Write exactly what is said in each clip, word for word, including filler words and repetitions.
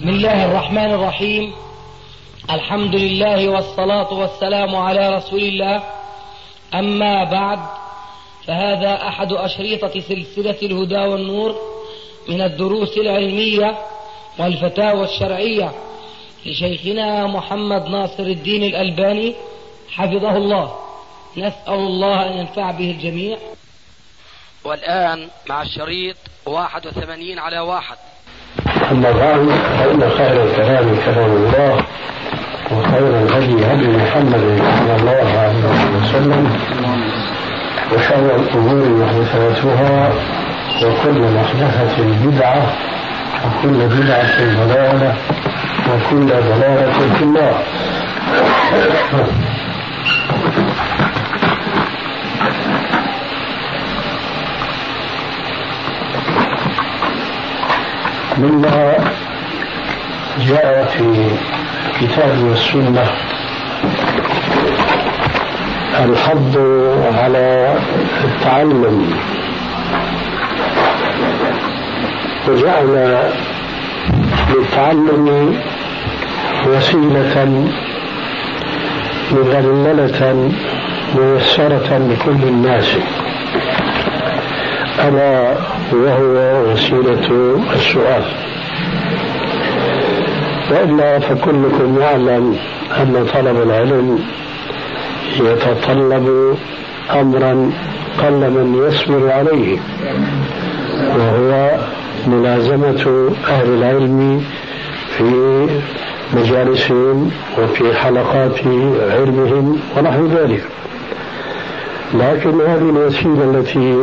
بسم الله الرحمن الرحيم. الحمد لله والصلاة والسلام على رسول الله. أما بعد، فهذا أحد أشريطة سلسلة الهدى والنور من الدروس العلمية والفتاوى الشرعية لشيخنا محمد ناصر الدين الألباني حفظه الله. نسأل الله أن ينفع به الجميع. والآن مع الشريط واحد وثمانين على واحد. أما بعد، فإن خير الكلام كلام الله، وخير الهدي هدي محمد صلى الله عليه وسلم، وشر الأمور محدثاتها، وكل محدثة بدعة، وكل بدعة ضلالة، وكل ضلالة في النار. مما جاء في الكتاب والسنة الحض على التعلم، وجعل للتعلم وسيلة مذللة ميسرة لكل الناس، ألا وهو وسيلة السؤال. وإلا فكلكم يعلم أن طلب العلم يتطلب أمرا قل من يصبر عليه، وهو ملازمة أهل العلم في مجالسهم وفي حلقات علمهم ونحو ذلك. لكن هذه الوسيلة التي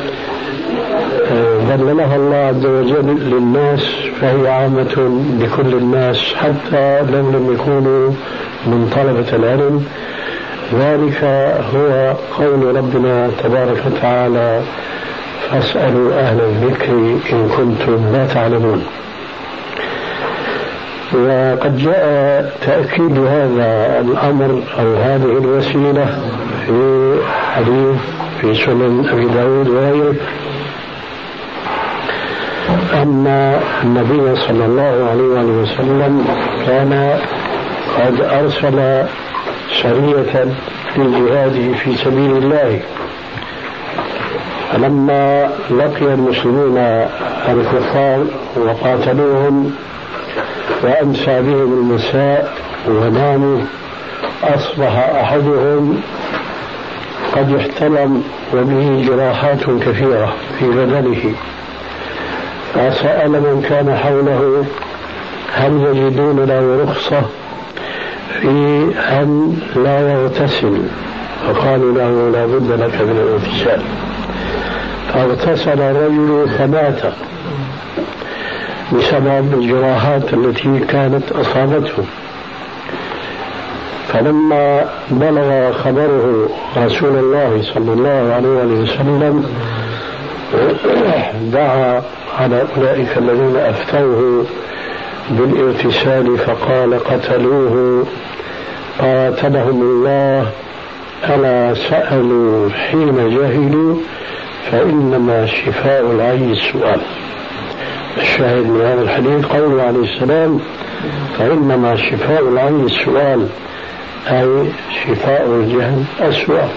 ذللها الله عز وجل للناس فهي عامة لكل الناس، حتى لو لم يكونوا من طلبة العلم. ذلك هو قول ربنا تبارك وتعالى: فاسألوا أهل الذكر إن كنتم لا تعلمون. وقد جاء تأكيد هذا الأمر أو هذه الوسيلة في حديث في سنن أبي داود وغيره، أن النبي صلى الله عليه وسلم كان قد أرسل سرية للجهاد في سبيل الله، فلما لقي المسلمون الكفار وقاتلوهم وأمسى بهم المساء وناموا، أصبح أحدهم قد احتلم وبه جراحات كثيرة في بدنه، فسأل من كان حوله هل يجدون له رخصة في أن لا يغتسل، فقالوا له لا بد لك من الاغتسال، فاغتسل الرجل فمات بسبب الجراحات التي كانت أصابته. فلما بلغ خبره رسول الله صلى الله عليه وسلم دعا على أولئك الذين أفتوه بالاغتسال فقال: قتلوه قاتلهم الله، ألا سألوا حين جهلوا فإنما شفاء العي السؤال. الشاهد من هذا الحديث قوله عليه السلام: فإنما شفاء العي السؤال، أي شفاء الجهل السؤال.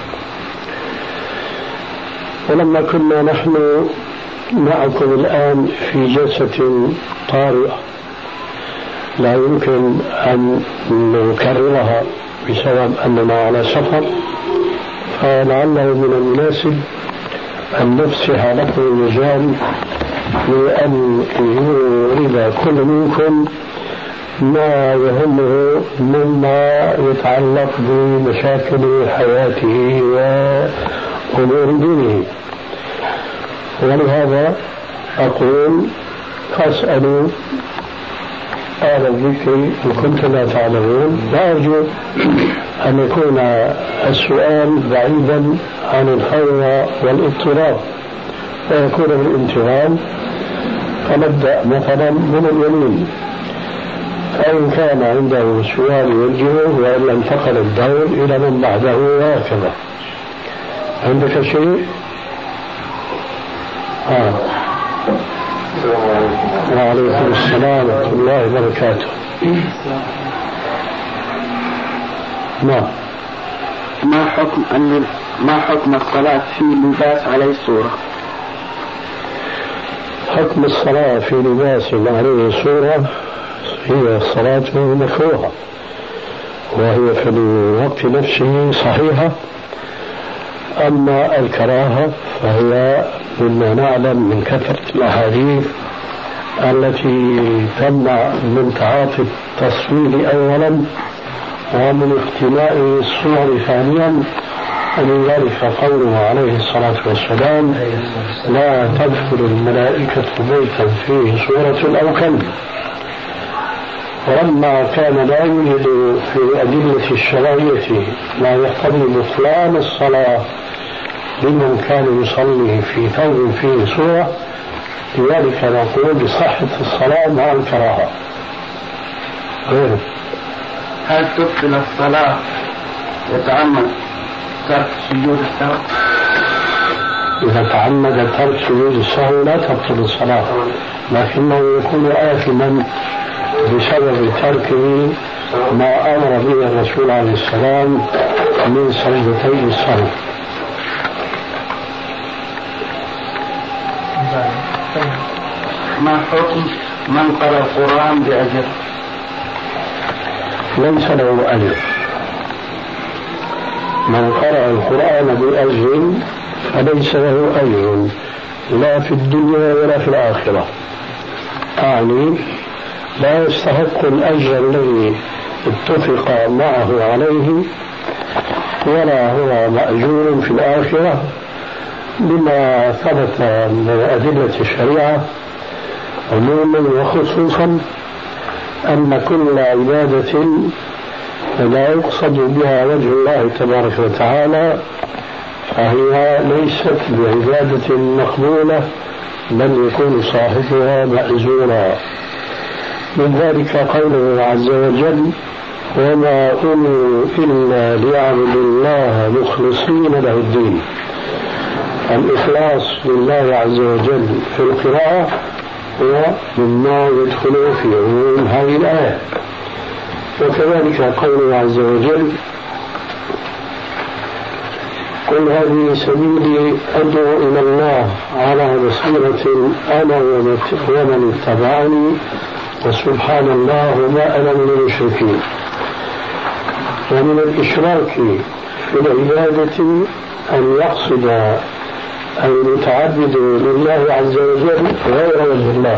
ولما كنا نحن معكم الآن في جلسة طارئة لا يمكن أن نكررها بسبب أننا على سفر، فلعله من المناسب أن نفسح لكم المجال لأن يورد كل منكم ما يهمه مما يتعلق بمشاكل حياته وأمور دينه. ولهذا أقول: فاسألوا أهل الذكر إن كنتم لا تعلمون. وأرجو أن يكون السؤال بعيدا عن الهوى والاضطراب، ويكون بالانتظام. فنبدأ مثلا من اليمين، فإن كان عنده سؤال يوجهه، وإلا انتقل الدور إلى من بعده، وهكذا. عندك شيء؟ آه. وعليكم السلام ورحمة الله وبركاته. نعم. ما حكم أن ما حكم الصلاة في لباس عليه صورة؟ حكم الصلاة في لباس عليه صورة هي الصلاة مكروهة، وهي في الوقت نفسه صحيحة. أما الكراهة فهي مما نعلم من كثرة الأحاديث التي تمنع من تعاطي التصوير أولا ومن اقتناء الصور ثانيا، ومن ذلك قوله عليه الصلاة والسلام: لا تدخل الملائكة بيتا فيه صورة أو كلب. ولما كان لا يوجد في أدلة الشرعية ما يقتضي بطلان الصلاة لمن كان يصلي في ثوب فيه صورة، لذلك نقول بصحة الصلاة مع الكراهة. غيره. هل تبطل الصلاة يتعمد ترك سجود السهو؟ إذا تعمد ترك سجود السهو لا تبطل الصلاة، لكنه يكون آثما بسبب تركه ما أمر به الرسول عليه السلام من سجدتي السهو. ما حكم من قرأ القرآن بأجر؟ ليس له أجر. من قرأ القرآن بأجر فليس له أجر لا في الدنيا ولا في الآخرة. أعني لا يستحق الأجر الذي اتفق معه عليه، ولا هو مأجور في الآخرة، بما ثبت من أدلة الشريعة عموما وخصوصا أن كل عبادة لا يقصد بها وجه الله تبارك وتعالى فهي ليست بعبادة مقبولة، بل يكون صاحبها مأجورا. من ذلك قوله عز وجل: وما أمروا إلا ليعبدوا الله مخلصين له الدين. الإخلاص لله عز وجل في القراءة هو مما يدخل في عموم هذه الآية. وكذلك قوله عز وجل: قل هذه سبيلي أدعو إلى الله على بصيرة أنا ومن اتبعني وسبحان الله وما أنا من المشركين. ومن الإشراك في العبادة أن يقصد المتعبد لله عز وجل غير وجه الله.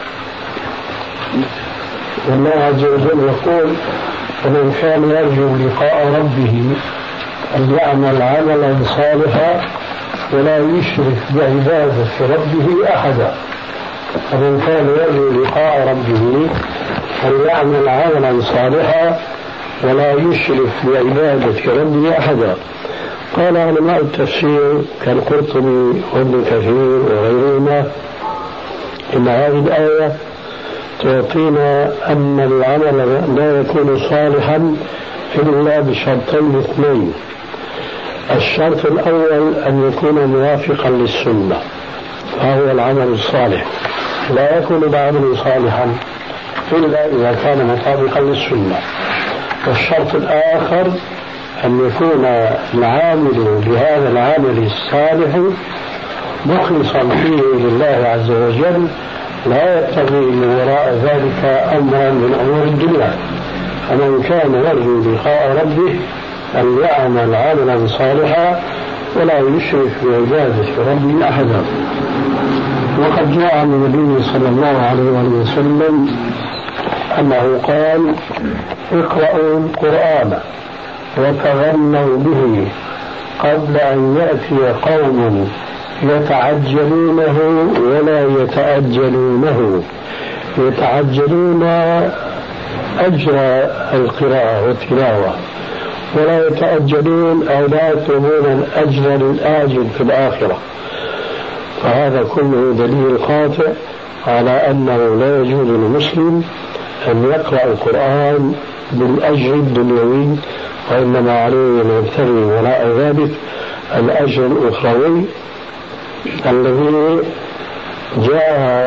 والله عز وجل يقول: ومن كان يرجو لقاء ربه أن يعمل عملا صالحا ولا يشرك بعبادة ربه أحدا. ومن كان يرجو لقاء ربه أن يعمل عملا صالحا ولا يشرك بعبادة ربه أحدا. قال علماء التفسير كالقرطبي وابن كثير وغيرهما إن هذه الآية تعطينا أن العمل لا يكون صالحا إلا بشرطين اثنين. الشرط الأول أن يكون موافقا للسنة فهو العمل الصالح، لا يكون العمل صالحا إلا إذا كان مطابقا للسنة. والشرط الآخر أن يكون العامل بهذا العمل الصالح مخلصا فيه لله عز وجل، لا يقتضي من وراء ذلك أمرا من أمور الدنيا. فمن كان يرجو لقاء ربه أن يعمل عملا صالحا ولا يشرك بعبادة ربه أحدا. وقد جاء عن النبي صلى الله عليه وسلم أنه قال: اقرأوا القرآن وتغنوا به قبل أن يأتي قوم يتعجلونه ولا يتأجلونه. يتعجلون أجر القراءة والتلاوة ولا يتأجلون أو لا يطلبون الأجر الآجل في الآخرة. فهذا كله دليل قاطع على أنه لا يجوز للمسلم أن يقرأ القرآن بالأجر الدنيوي، وإنما عليه أن يبتغي وراء ذلك الأجر الأخروي الذي جاء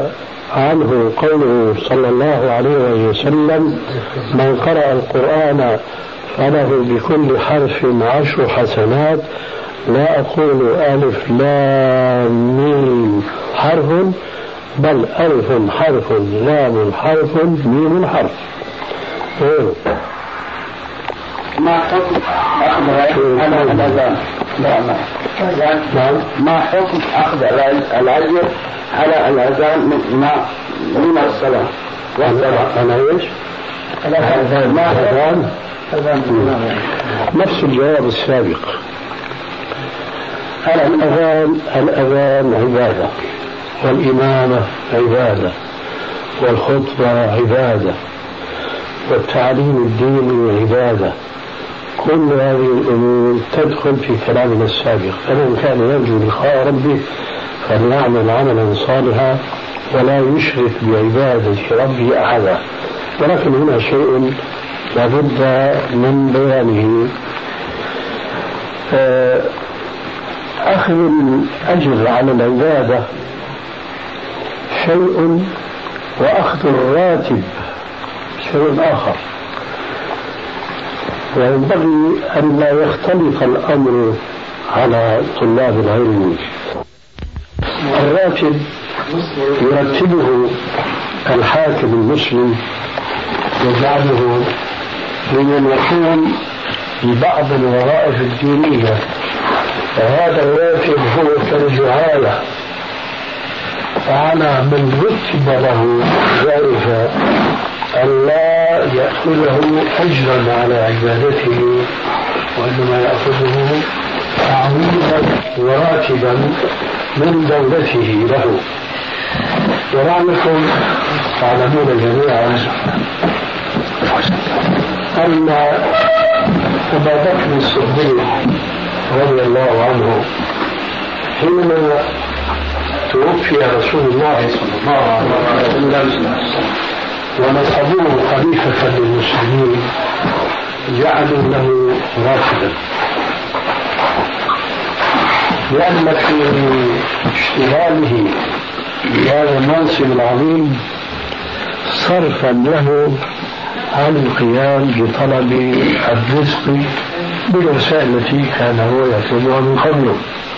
عنه قوله صلى الله عليه وسلم: من قرأ القرآن فله بكل حرف عشر حسنات، لا أقول ألف لام ميم حرف، بل ألف حرف لام حرف ميم حرف. ما حكم أخذ الأذان؟ ما حكم أخذ الأجر على الأذان من الصلاة؟ أنا إيش؟ الأذان ما الأذان نفس الجواب السابق. الأذان الأذان عبادة، والإمامة عبادة، والخطبة عبادة، والتعليم الديني عبادة. كل هذه الأمور تدخل في كلامنا السابق. فمن كان يرجو لقاء ربه فليعمل عملا صالحا ولا يشرك بعبادة ربه أحدا. ولكن هنا شيء لابد من بيانه. أخذ الأجر على العبادة شيء، وأخذ الراتب شيء آخر، وينبغي أن لا يختلط الأمر على طلاب العلم. الراتب يرتبه الحاكم المسلم، يجعله لمن يقوم ببعض الوظائف الدينية، وهذا الراتب هو كالجعالة، فعلى من رتب له ذلك أن لا يأخذه أجرا على عبادته، وإنما يأخذه تعويضا وراتبا من دولته له. ولعلكم تعلمون جميعا أن أبا بكر الصديق رضي الله عنه حينما توفي رسول الله صلى الله عليه وسلم ونصبوه خليفة للمسلمين جعلوا له راتبا، لأن في اشتغاله بهذا المنصب العظيم صرفا له عن القيام بطلب الرزق بالوسائل التي كان هو يطلبها من قبله.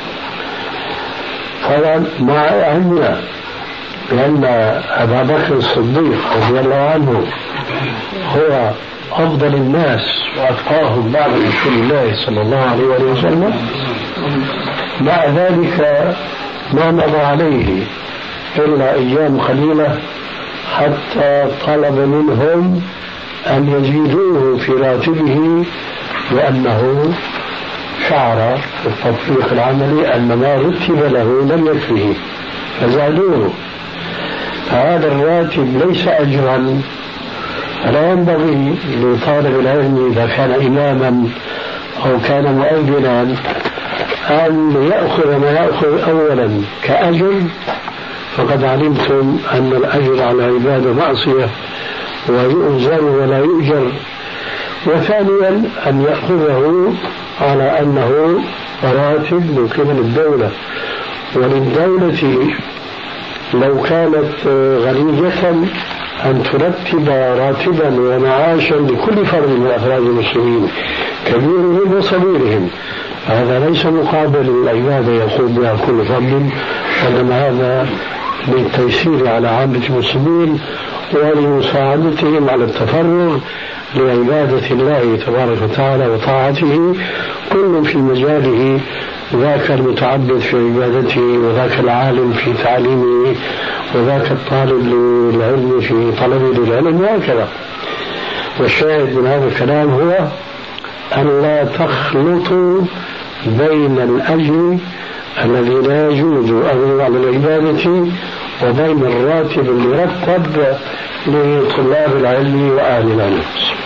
طبعا مع علمنا بأن أبا بكر الصديق رضي الله عنه هو أفضل الناس وأتقاهم بعد رسول الله صلى الله عليه وسلم، مع ذلك ما مضى عليه إلا أيام قليلة حتى طلب منهم أن يزيدوه في راتبه، لأنه شعر في التطبيق العملي أن ما رتب له لم يكفيه فزادوه. فهذا الراتب ليس أجرا، فلا ينبغي لطالب العلم إذا كان إماما أو كان مؤذنا أن يأخذ ما يأخذ أولا كأجر، فقد علمتم أن الأجر على العبادة معصية ويؤجر ولا يؤجر. وثانيا أن يأخذه على أنه راتب من قبل الدولة، وللدولة لو كانت غنية أن ترتب راتبا ومعاشا لكل فرد من أفراد المسلمين كبيرهم وصغيرهم، هذا ليس مقابل العبادة يقوم بها كل فرد، وإنما هذا للتيسير على عامة المسلمين ولمساعدتهم على التفرغ لعبادة الله تبارك وتعالى وطاعته، كل في مجاله، ذاك المتعبد في عبادته، وذاك العالم في تعليمه، وذاك الطالب للعلم في طلبه للعلم، وهكذا. والشاهد من هذا الكلام هو أن لا تخلطوا بين الأجر الذي لا يجوز أجر على العبادة وبين الراتب المرتب لطلاب العلم وأهل العلم.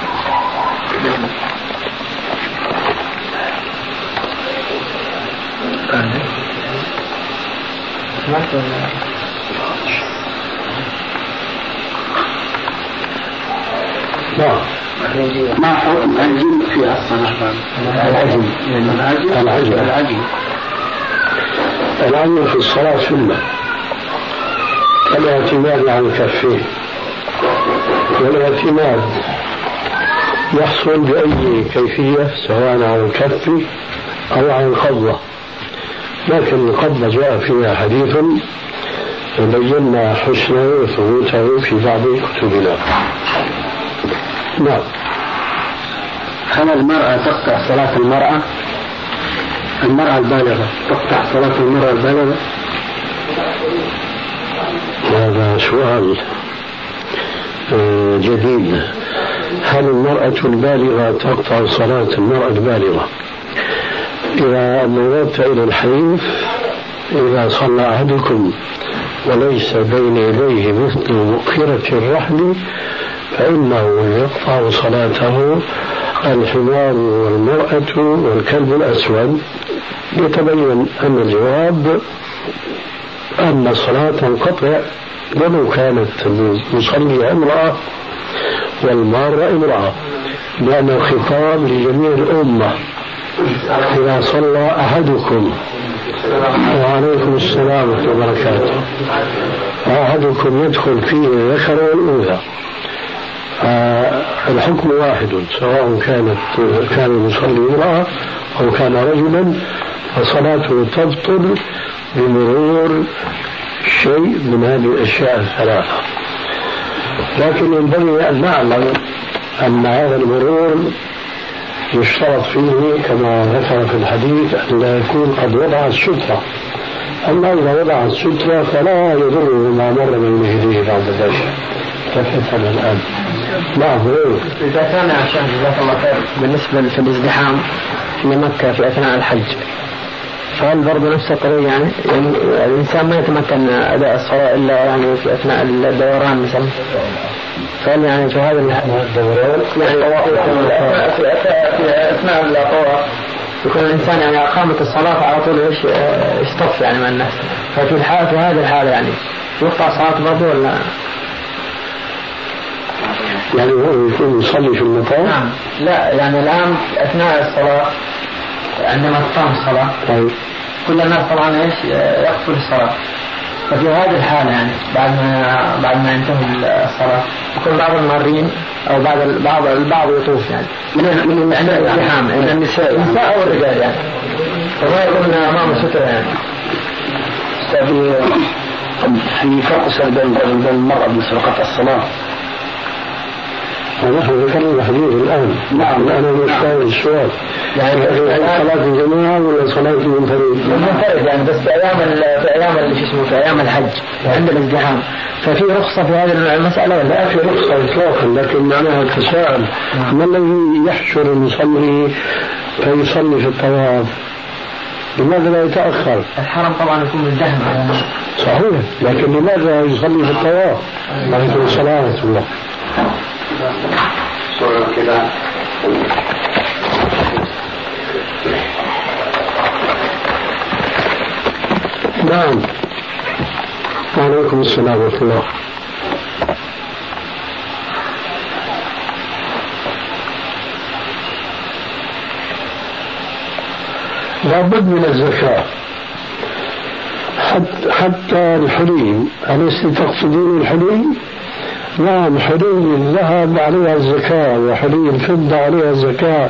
ما حكم العجل في الصلاة؟ العجل العجل العجل العجل في الصلاة سنة، الاعتماد عن كفه، والاعتماد يحصل بأي كيفية سواء على الكف أو على القبضة، لكن القبضة جاء فيها حديث وبينا حسنه وثبوته في بعض كتبنا. نعم. هل المرأة تقطع صلاة المرأة؟ المرأة البالغة تقطع صلاة المرأة البالغة؟ هذا سؤال جديد. هل المرأة البالغة تقطع صلاة المرأة البالغة؟ إذا نظرت إلى الحديث إذا صلى أحدكم وليس بين يديه مثل مؤخرة الرحل فإنه يقطع صلاته الحمار والمرأة والكلب الأسود، يتبين أن الجواب أن الصلاة تنقطع ولو كانت المصلية امرأة والمارة امرأة، لأن الخطاب لجميع الأمة. إذا صلى أحدكم وعليكم السلام ورحمة الله وبركاته أحدكم يدخل فيه الذكر والأنثى الحكم واحد، سواء كانت كان المصلي امرأة أو كان رجلا، فصلاته تبطل بمرور شيء من هذه الأشياء الثلاثة. لكن ينبغي أن نعلم أن هذا المرور يشترط فيه كما ذكر في الحديث أن لا يكون قد وضع السترة، أما إذا وضع السترة فلا يضره ما مر بين يديه بعد ذلك. كيف يفعل الآن؟ نعم. إذا كان عشان جزاك الله خير بالنسبة للازدحام في مكة في أثناء الحج، فهل برضه نفس القضية يعني؟ يعني الإنسان ما يتمكن أداء الصلاة إلا يعني في أثناء الدوران مثلا، فهل يعني في هذا الدوران يعني في أثناء الطواف يكون الإنسان يعني أقامة الصلاة على طول إيش يصطف يعني مع الناس، ففي الحالة في هذه الحالة يعني يقطع صلاة برضه ولا؟ يعني هو يكون يصلي في المطار؟ نعم. لا يعني الآن أثناء الصلاة عندما تقام الصلاة طيب. كل الناس طبعا ايش يقفل الصلاة، ففي هذه الحالة يعني بعد ما بعد ما ينتهي الصلاة يكون بعض المارين او بعض بعض البعض يطوف يعني من من الازدحام من النساء النساء او الرجال يعني، فما يكون امام الستر يعني. في فرق بين بين المرأة بسرقة الصلاة. ونحن ذكرنا الحديث الآن. نعم. أنا مستوى السؤال يعني صلاة الجماعة ولا صلاة المنفرد؟ المنفرد يعني، بس في أيام في أيام اللي شو اسمه في أيام الحج عند الازدحام، ففي رخصة في هذه المسألة ولا؟ لا في رخصة إطلاقا، لكن معناها تساءل ما الذي يحشر المصلي فيصلي في الطواف؟ لماذا لا يتأخر؟ الحرم طبعا يكون مزدحم. صحيح، لكن لماذا يصلي في الطواف؟ عليكم السلام ورحمة الله. صورة كده نعم. وعليكم السلام ورحمة الله. لابد من الزكاة حتى, حتى الحلي. أليس تقصدون الحلي؟ نعم، حلي الذهب عليها الزكاة وحلي الفضة عليها الزكاة.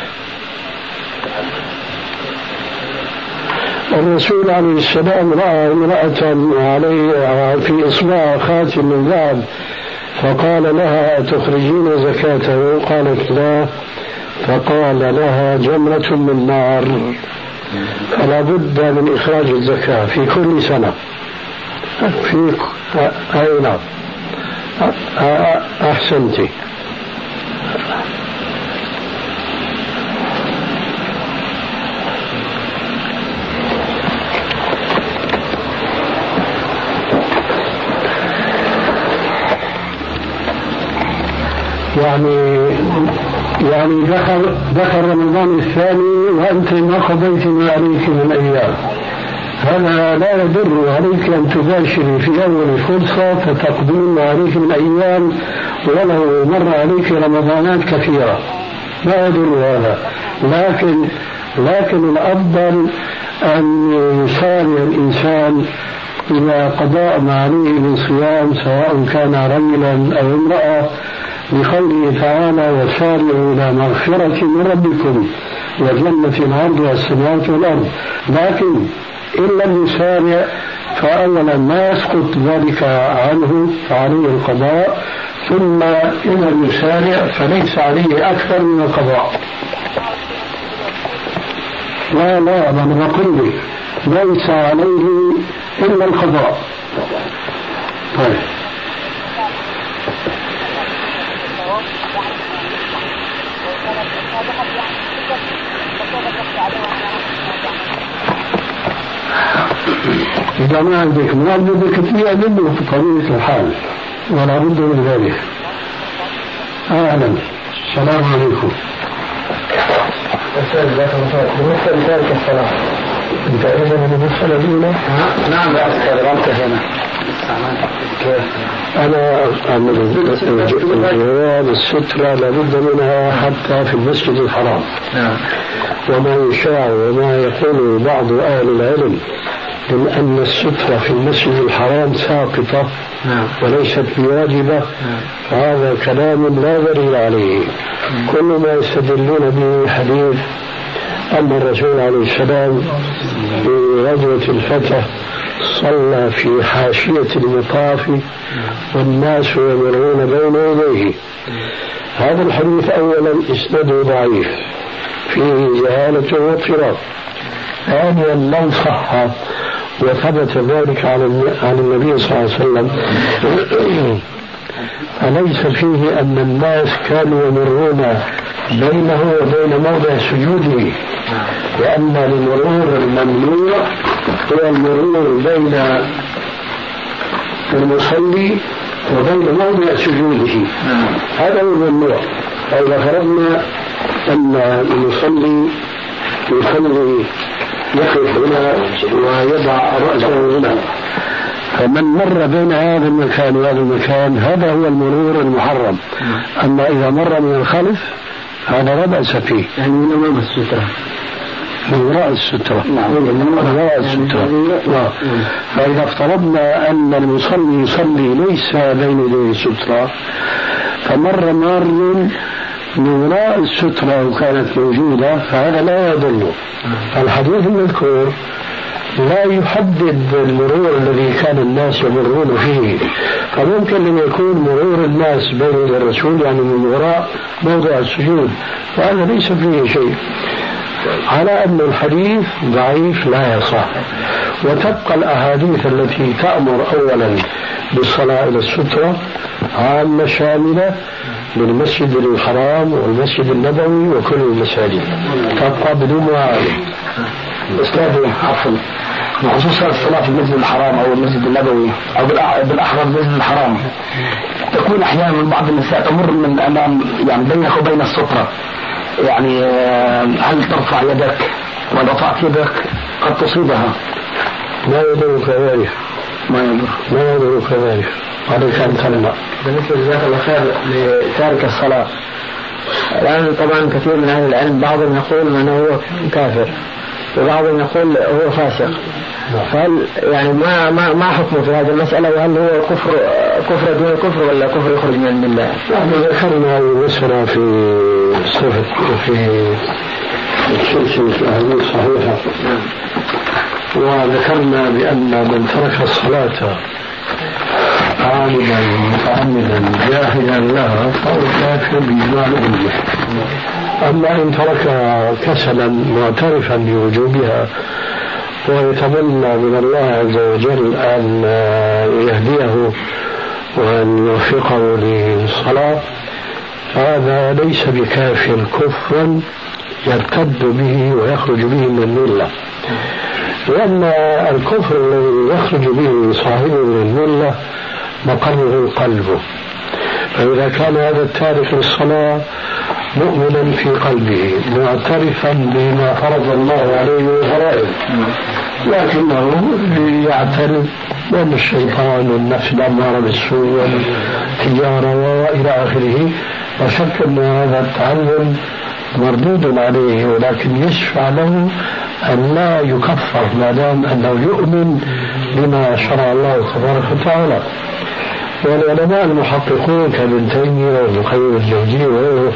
الرسول عليه السلام رأى امرأة عليه في إصبع خاتم من ذهب فقال لها أتخرجين زكاته؟ قالت لا، فقال لها جمرة من نار. فلا بد من إخراج الزكاة في كل سنة. في أي نعم، أحسنتي. يعني يعني دخل دخل رمضان الثاني وأنت ما قضيت ما عليك من أيام، هذا لا يضر عليك أن تباشري في أول فرصة فتقضين ما عليك من أيام، ولو مر عليك رمضانات كثيرة لا يضر هذا. لكن لكن الأفضل أن يسارع الإنسان إلى قضاء ما عليه من صيام سواء كان رجلا أو امرأة، بقوله تعالى: وسارعوا إلى مغفرة من ربكم وجنة عرضها السماوات والأرض. لكن إن لم يسارع فأولا ما يسقط ذلك عنه فعليه القضاء، ثم إن لم يسارع فليس عليه أكثر من القضاء. لا لا أنا بقول لك ليس عليه إلا القضاء. طيب إذا ما عندك مال بدك تبيع منه في طبيعة الحال ولا بد من ذلك. أهلا، السلام عليكم. بالنسبة لتارك الصلاة أنت أيضا من المسألة الأولى؟ نعم يا أستاذ رمت هنا. أنا الجواب السترة لابد منها حتى في المسجد الحرام. نعم. وما يشاع وما يقول بعض أهل العلم من أن السترة في المسجد الحرام ساقطة وليست بواجبة، هذا كلام لا دليل عليه. كل ما يستدلون به حديث أن الرسول عليه السلام في غزوة الفتح صلى في حاشية المطاف والناس يمرون بين يديه. هذا الحديث أولا إسناده ضعيف فيه جهالة واضطراب. ثانيا لو صح وثبت ذلك عن النبي صلى الله عليه وسلم فليس فيه أن الناس كانوا يمرون بينه وبين موضع سجوده، لأن المرور الممنوع هو المرور بين المصلي وبين موضع سجوده، هذا هو الممنوع. فإذا فرضنا أن المصلي يصلي يقف هنا ويضع رأسه هنا، فمن مر بين هذا المكان وهذا المكان هذا هو المرور المحرم. أما إذا مر من الخلف هذا لا بأس فيه، يعني من أمام السترة، من وراء السترة. من وراء السترة. فإذا افترضنا أن المصلي يصلي ليس بين يديه السترة فمر مار من وراء السترة وكانت موجودة فهذا لا يضل. الحديث المذكور لا يحدد المرور الذي كان الناس يمرون فيه، فممكن أن يكون مرور الناس بين الرسول يعني من وراء موضع السجود، وهذا ليس فيه شيء، على أن الحديث ضعيف لا يصح. وتبقى الأحاديث التي تأمر أولا بالصلاة إلى السترة عامة شاملة للمسجد الحرام والمسجد النبوي وكل المساجد، تبقى بدون معارض. أستاذ عفوا، بخصوص الصلاة في المسجد الحرام أو المسجد النبوي أو بالأحرى المسجد الحرام، تكون أحيانا بعض النساء تمر من أمام يعني بينك وبين السترة، يعني هل ترفع يدك؟ وإذا رفعت يدك قد تصيبها. ما يضرك ذلك، ما يضر ما يضرك ذلك، عليك أن تمنع. بالنسبة لجزاك الله خير لتارك الصلاة، الآن طبعا كثير من أهل العلم بعضهم يقول أنه هو كافر وبعضهم يقول هو فاسق، فهل يعني ما ما ما حكمه في هذه المسألة؟ وهل هو كفر كفر دون كفر ولا كفر يخرج من الملة؟ نحن ذكرنا المسألة في صفة في سلسلة الأحاديث الصحيحة، وذكرنا بأن من ترك الصلاة عامدا متعمدا جاهدا لها فهو كافر بإجماع الأمة. أما إن ترك كسلا معترفا بوجوبها ويتمنى من الله عز وجل أن يهديه وأن يوفقه للصلاة فهذا ليس بكافر كفرا يرتد به ويخرج به من الملة. لأن الكفر الذي يخرج به صاحبه من الملة مقره قلبه، فإذا كان هذا التارك للصلاة مؤمنا في قلبه معترفا بما فرض الله عليه من الفرائض لكنه يعترف بأن الشيطان والنفس الأمارة بالسوء والتجارة وإلى آخره، وشك أن هذا التعلم مردود عليه، ولكن يشفع له أن لا يكفر ما دام أنه يؤمن بما شرع الله تبارك وتعالى. والعلماء المحققون كابن تيمية وابن القيم الجوزي وغيره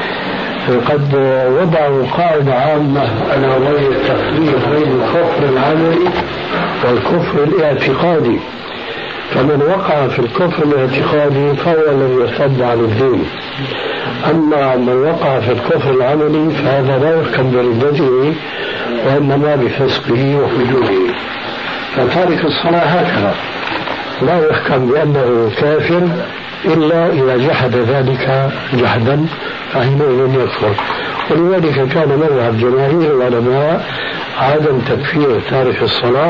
قد وضعوا قاعدة عامة على وجه التفريق بين الكفر العملي والكفر الاعتقادي. فمن وقع في الكفر الاعتقادي فهو الذي يرتد عن الدين، أما من وقع في الكفر العملي فهذا لا يحكم بردته وإنما بفسقه وفجوره. فتارك الصلاة هكذا لا يحكم بأنه كافر إلا إذا جحد ذلك جحدا فحينئذ يكفر. ولذلك كان مذهب جماهير العلماء عدم تكفير تارك الصلاة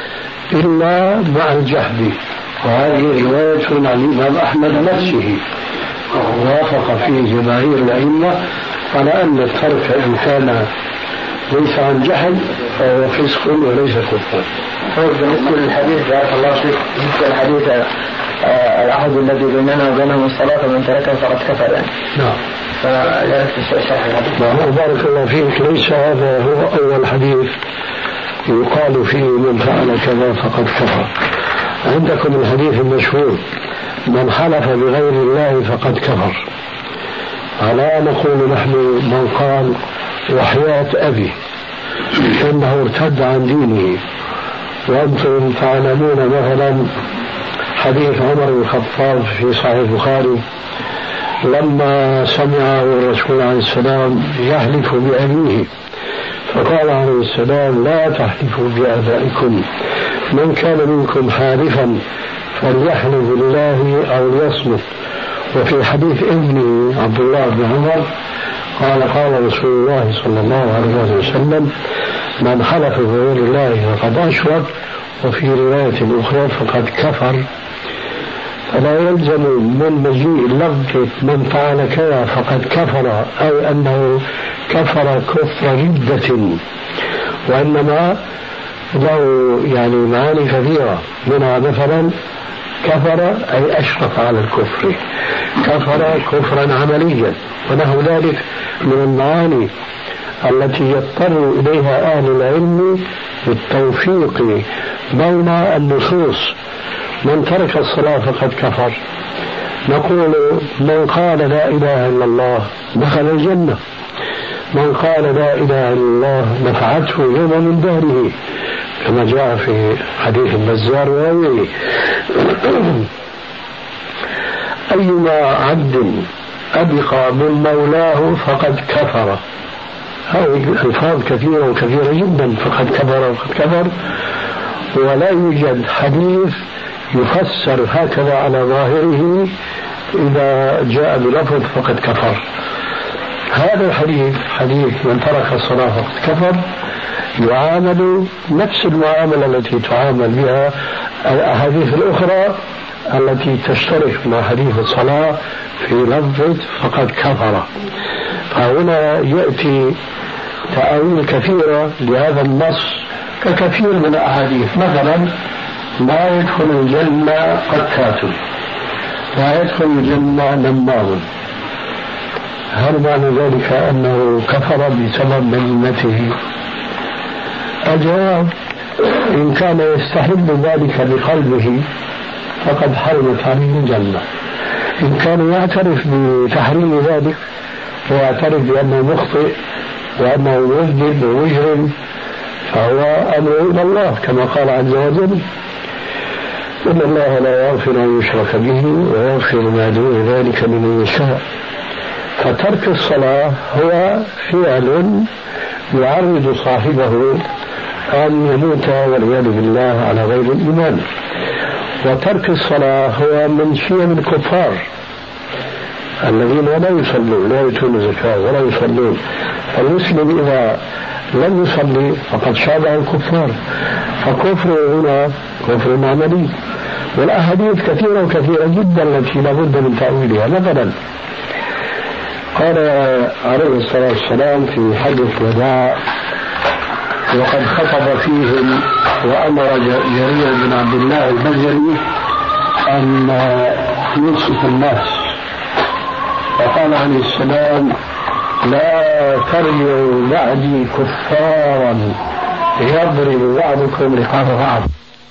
إلا مع الجحد، وهذه رواية عن الإمام أحمد نفسه ووافق فيه جماهير الأئمة على أن الترك إن كان ليس عن جحد فهو فسق وليس كفرا. بالنسبة للحديث بارك الله فيك، بالنسبة للحديث العهد الذي بيننا وبينهم الصلاة ومن تركها فقد كفر يعني. نعم. فلا شرح الحديث. نعم بارك الله فيك. ليس هذا هو أول حديث يقال فيه من فعل كذا فقد كفر. عندكم الحديث المشهور من حلف بغير الله فقد كفر. ألا نقول نحن من قال وحياة أبي إنه ارتد عن دينه. وأنتم تعلمون مثلا حديث عمر بن الخطاب في صحيح البخاري لما سمعه الرسول عليه السلام يحلف بأبيه فقال عليه السلام لا تحلفوا بآبائكم، من كان منكم حالفا فليحلف بالله أو ليصمت. وفي حديث ابنه عبد الله بن عمر قال قال رسول الله صلى الله عليه وسلم من حلف بغير الله فقد أشرك، وفي رواية أخرى فقد كفر. فلا يلزم من مجيء لفظ من فعل كذا فقد كفر أي أنه كفر كفر ردة، وإنما له يعني معاني كثيرة، منها مثلا كفر أي أشرف على الكفر، كفر كفرا عمليا، ونحو ذلك من المعاني التي يضطر إليها أهل العلم بالتوفيق بين النصوص. من ترك الصلاة فقد كفر، نقول من قال لا إله إلا الله دخل الجنة، من قال لا إله إلا الله نفعته يوم من دهره كما جاء في حديث البزار وغيره. أيما عبد أبقى من مولاه فقد كفر. هذه الألفاظ كثيرة وكثيرة جدا، فقد كفر وقد كفر، ولا يوجد حديث يفسر هكذا على ظاهره إذا جاء بلفظ فقد كفر. هذا الحديث حديث من ترك الصلاة فقد كفر يعامل نفس المعاملة التي تعامل بها الأحاديث الأخرى التي تشترك مع حديث الصلاة في لفظ فقد كفر. فهنا يأتي تأويل كثيرة لهذا النص ككثير من الأحاديث، مثلا لا يدخل الجنة قتات، لا يدخل الجنة نمام. هل معنى ذلك أنه كفر بسبب مذمته؟ الجواب إن كان يستحب ذلك بقلبه فقد حرمت عليه الجنة. إن كان يعترف بتحريم ذلك ويعترف بأنه مخطئ وأنه مذنب ومجرم فهو أمر إلى الله كما قال عز وجل إن الله لا يغفر أن يشرك به ويغفر ما دون ذلك لمن يشاء. فترك الصلاة هو فعل يعرض صاحبه أن يموت والعياذ بالله على غير الإيمان. وترك الصلاة هو من شيم الكفار الذين لا يصلون لا يؤتون الزكاة ولا يصلون. فالمسلم إذا لم يصلي فقد شابه الكفار، فكفره هنا كفر عملي. والأحاديث كثيرة وكثيرة جدا التي لابد من تأويلها. مثلا قال عليه الصلاة والسلام في حجة الوداع وقد خطب فيهم وأمر جرير بن عبد الله البجلي أن ينصف الناس، فقال عليه السلام لا ترجعوا بعدي كفارا يضرب بعضكم رقاب بعض.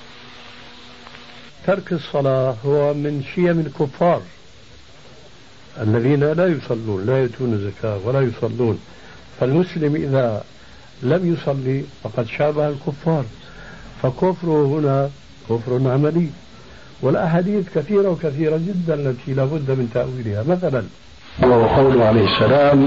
ترك الصلاة هو من شيم الكفار الذين لا يصلون، لا يؤتون الزكاة ولا يصلون. فالمسلم إذا لم يصلي فقد شابه الكفار، فكفره هنا كفر عملي. والأحاديث كثيرة وكثيرة جدا التي لا بد من تأويلها. مثلا وقوله عليه السلام: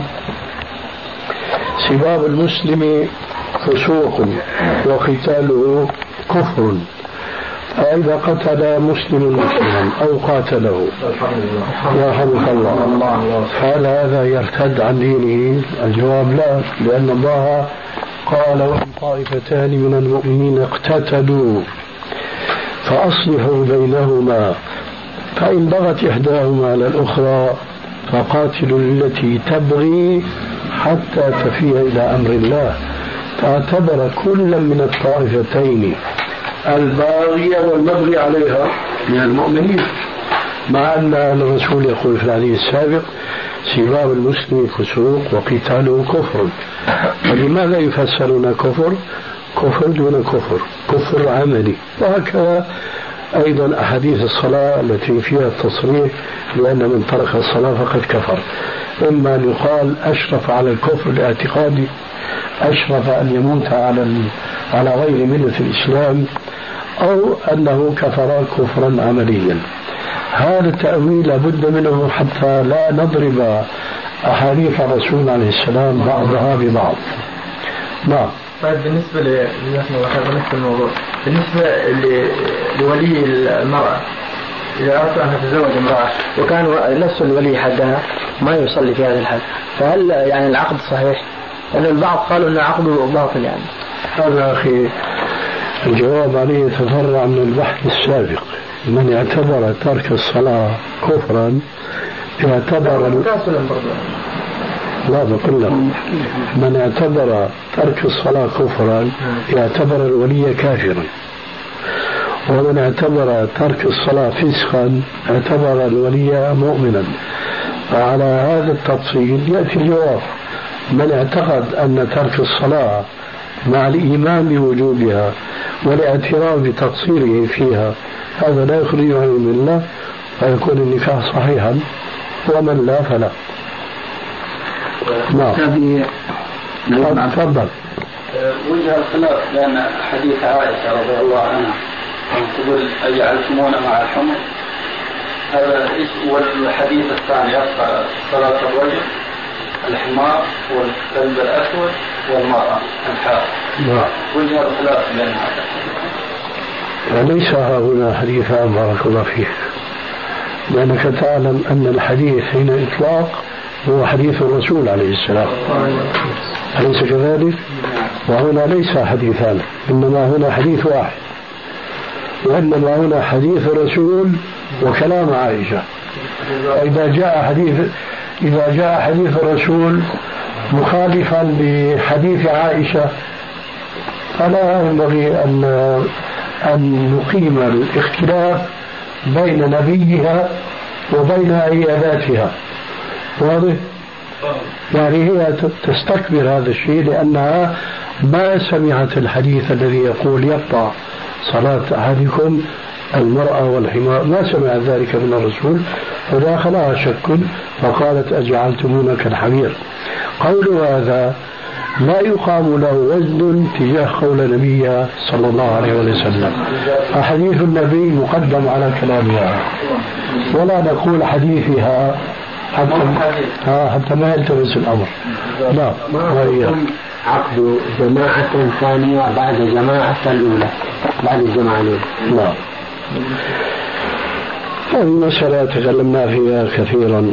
سباب المسلم فسوق وقتاله كفر، فإذا قتل مسلم مسلما أو قاتله يرحمك الله فهل هذا يرتد عن دينه؟ الجواب لا، لأن الله قال: وإن طائفتان من المؤمنين اقتتلوا فأصلحوا بينهما فإن بغت إحداهما على الأخرى فقاتلوا التي تبغي حتى تفيء إلى أمر الله. فاعتبر كل من الطائفتين الباغية والمبغي عليها من المؤمنين، مع أن الرسول يقول في الحديث السابق: سباب المسلم فسوق وقتاله كفر. فلماذا يفسرون كفر؟ كفر دون كفر، كفر عملي. وهكذا أيضا أحاديث الصلاة التي فيها التصريح بأن من ترك الصلاة فقد كفر، إما أن يقال أشرف على الكفر الاعتقادي، أشرف أن يموت على على غير ملة الإسلام، أو أنه كفر كفرا عمليا. هذا التأويل لابد منه حتى لا نضرب أحاديث الرسول عليه السلام بعضها ببعض. نعم. طيب بالنسبة ل بالنسبة الموضوع بالنسبة لولي المرأة، إذا أردت أن تتزوج امرأة وكان نفس الولي حدها ما يصلي في هذا الحد، فهل يعني العقد صحيح؟ لأن البعض قالوا أن العقد باطل. يعني هذا أخي الجواب عليه يتفرع من البحث السابق. من اعتبر ترك الصلاة كفرا اعتبر لا بقول لك من اعتبر ترك الصلاة كفرا اعتبر الولي كافرا، ومن اعتبر ترك الصلاة فسقا اعتبر الولي مؤمنا. فعلى هذا التفصيل يأتي الجواب: من اعتقد أن ترك الصلاة مع الإيمان بوجوبها والاعتراف بتقصيره فيها هذا لا يخرجه عن الله فيكون النكاح صحيحا، ومن لا فلا. نعم. تفضل. وجه الخلاف بين حديث عائشة رضي الله عنها تقول أجعلتمون مع الحمر، هذا إيش؟ والحديث الثاني يبقى صلاة الرجل الحمار والكلب الأسود والمرأة الحائض. وجه الخلاف بين هذا. ليس هنا حديثا بارك الله فيك، لأنك تعلم أن الحديث هنا إطلاق هو حديث الرسول عليه السلام، أليس كذلك؟ وهنا ليس حديثان، إنما هنا حديث واحد، وإنما هنا حديث الرسول وكلام عائشة. إذا جاء حديث إذا جاء حديث الرسول مخالفا لحديث عائشة فلا ينبغي أن أن نقيم الاختلاف بين نبيها وبين عياداتها. واضح؟ يعني هي تستكبر هذا الشيء لأنها ما سمعت الحديث الذي يقول يقطع صلاة أحدكم المرأة والحمار، ما سمعت ذلك من الرسول، فداخلها شك فقالت أجعلتمونا كالحمير. قول هذا لا يقام له وزن تجاه قول نبيها صلى الله عليه وسلم. حديث النبي مقدم على كلامها، ولا نقول حديثها حتى حتى ما يلتبس الأمر. لا، ما هي عقد جماعة ثانية بعد جماعة الأولى بعد الجماعة الأولى. لا، هذه مسألة تكلمنا فيها كثيرا.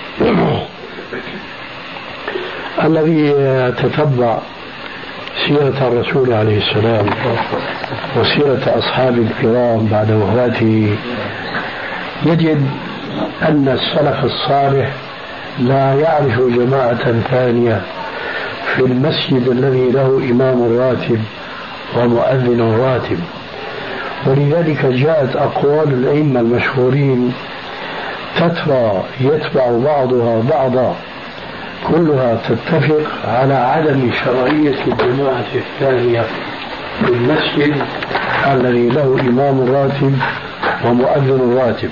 الذي يتتبع سيرة الرسول عليه السلام وسيرة أصحاب الكرام بعد وفاته يجد أن السلف الصالح لا يعرف جماعة ثانية في المسجد الذي له إمام راتب ومؤذن راتب. ولذلك جاءت أقوال الأئمة المشهورين تترى يتبع بعضها بعضا كلها تتفق على عدم شرعية الجماعة الثانية بالمسجد الذي له إمام راتب ومؤذن راتب.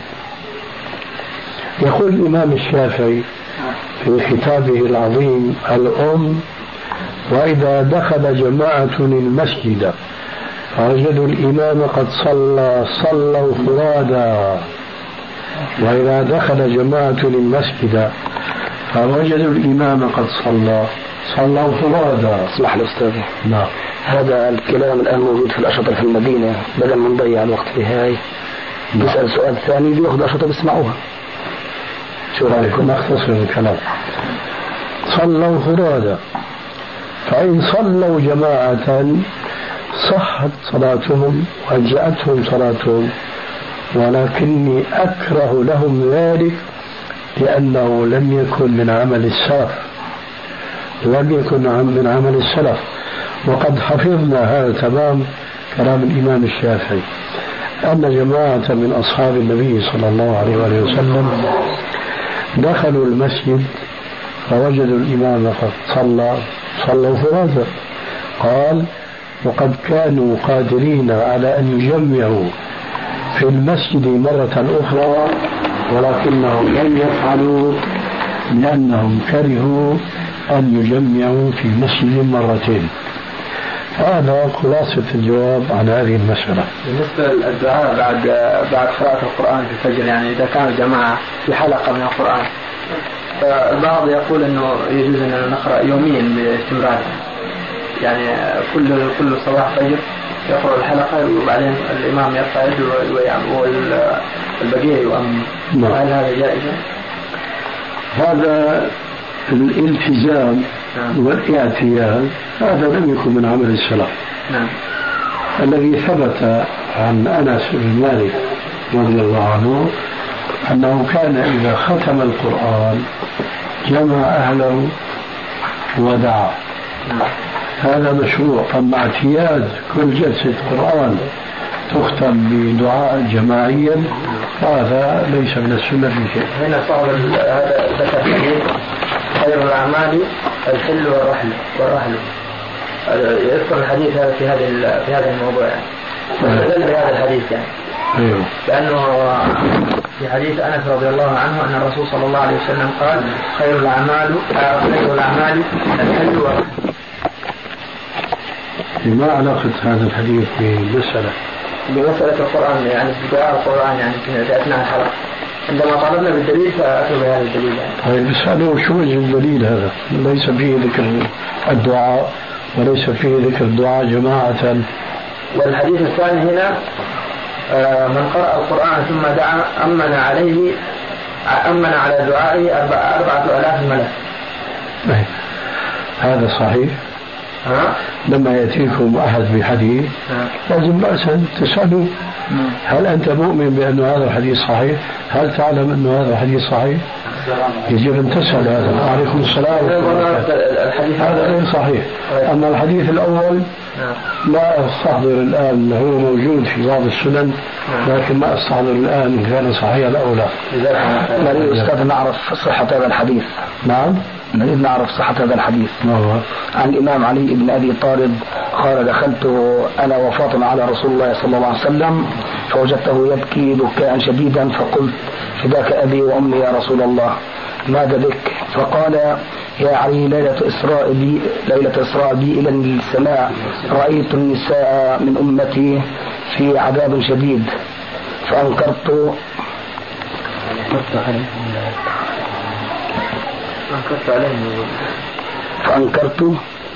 يقول الإمام الشافعي في كتابه العظيم الأم: وإذا دخل جماعة المسجد فوجدوا الإمام قد صلى صلوا فرادا. وإذا دخل جماعة المسجد فوجدوا الإمام قد صلى صلوا فرادا. اسمح لي أستاذ. نعم. هذا الكلام الآن موجود في الأشرطة في المدينة، بدل ما نضيع الوقت في هاي نسأل سؤال ثاني بياخذ أشرطة بيسمعوها. شو رأيكم؟ نختصر الكلام. صلوا فرادا، فإن صلوا جماعة صحت صلاتهم وأجزأتهم صلاتهم، ولكني أكره لهم ذلك لأنه لم يكن من عمل السلف، لم يكن من عمل السلف. وقد حفظنا هذا تمام كلام الإمام الشافعي أن جماعة من أصحاب النبي صلى الله عليه وآله وسلم دخلوا المسجد فوجدوا الإمام قد صلى صلوا فرادا. قال: وقد كانوا قادرين على أن يجمعوا في المسجد مرة أخرى ولكنهم لم يفعلوا لأنهم كرهوا أن يجمعوا في المسجد مرتين. هذا خلاصة الجواب عن هذه المسألة. بالنسبة للدعاء بعد بعد قراءة القرآن في الفجر، يعني إذا كانوا جماعة في حلقة من القرآن، فالبعض يقول إنه يجوز أن نقرأ يوميا باستمرار، يعني كل كل صباح فجر يقرأ الحلقة وبعدين الإمام يرفع يده والبقية يؤمن. هل هذا جائز؟ هذا الالتزام والاعتياد هذا لم يكن من عمل السلف. نعم. الذي ثبت عن أنس بن مالك رضي الله عنه أنه كان إذا ختم القرآن جمع أهله ودعا. نعم. هذا مشروع. أما اعتياد كل جلسة قرآن تختم بدعاء جماعيا هذا ليس من السنة في شيء. هنا صار هذا ذكر حديث: خير الأعمال الحل والرحل والرحل. يذكر الحديث هذا في هذا في هذا الموضوع، يعني استدل بهذا الحديث يعني. أيوه. لأنه في حديث أنس رضي الله عنه أن الرسول صلى الله عليه وسلم قال: خير الأعمال خير الأعمال الحل والرحل. ما علاقة هذا الحديث بالمسألة؟ بمسألة القرآن، يعني بدعاء القرآن يعني في أثناء الحلقة عندما طالبنا بالدليل فأتوا بهذا الدليل يعني. طيب بسأله شو وجه الدليل هذا؟ ليس فيه ذكر الدعاء وليس فيه ذكر الدعاء جماعة. والحديث الثاني هنا: من قرأ القرآن ثم دعا أمن عليه أمن على دعائه أربعة آلاف ملك. هذا صحيح. ها؟ لما يأتيكم أحد بحديث لازم بأسا تسأله: هل أنت مؤمن بأن هذا الحديث صحيح؟ هل تعلم أن هذا الحديث صحيح؟ يجب أن تسأل هذا. عليكم السلام. هذا غير صحيح. أما الحديث الأول لا أستحضر الآن، هو موجود في بعض السنن لكن ما أستحضر الآن إن كان صحيحا أو لا. نريد أستاذ نعرف صحة هذا الحديث. نعم نريد نعرف صحة هذا الحديث. نعم. عن الإمام علي بن أبي طالب قال: دخلت أنا وفاطمة على رسول الله صلى الله عليه وسلم فوجدته يبكي بكاء شديدا، فقلت: فداك أبي وأمي يا رسول الله، ماذا بك؟ فقال: يا علي، ليلة إسراء بي ليلة إسراء بي إلى السماء رأيت النساء من أمتي في عذاب شديد فأنكرت أنكرت عليهم فأنكرت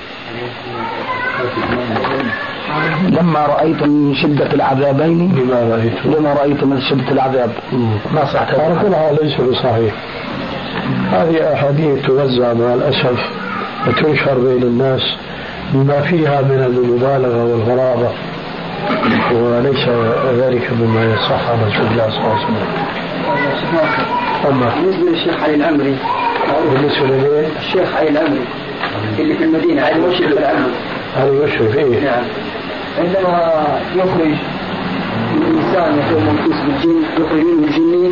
لما رأيت من شدة العذابين لما رأيت لما رأيت من شدة العذاب. ما صحت هذا كلها ليس بصحيح. هذه أحاديث توزع مع الأسف وتنشر بين الناس بما فيها من المبالغة والغرابة، وليس ذلك مما يصح عن رسول الله صلى الله عليه وسلم. أما بالنسبة للشيخ علي الأمري، بالنسبة لليه؟ الشيخ علي الأمري اللي في المدينة، علي مشرف الأمري. علي مشرف إيه؟ نعم. عندما يخرج الإنسان يكون ممكوس بالجن، يخرج منه الجني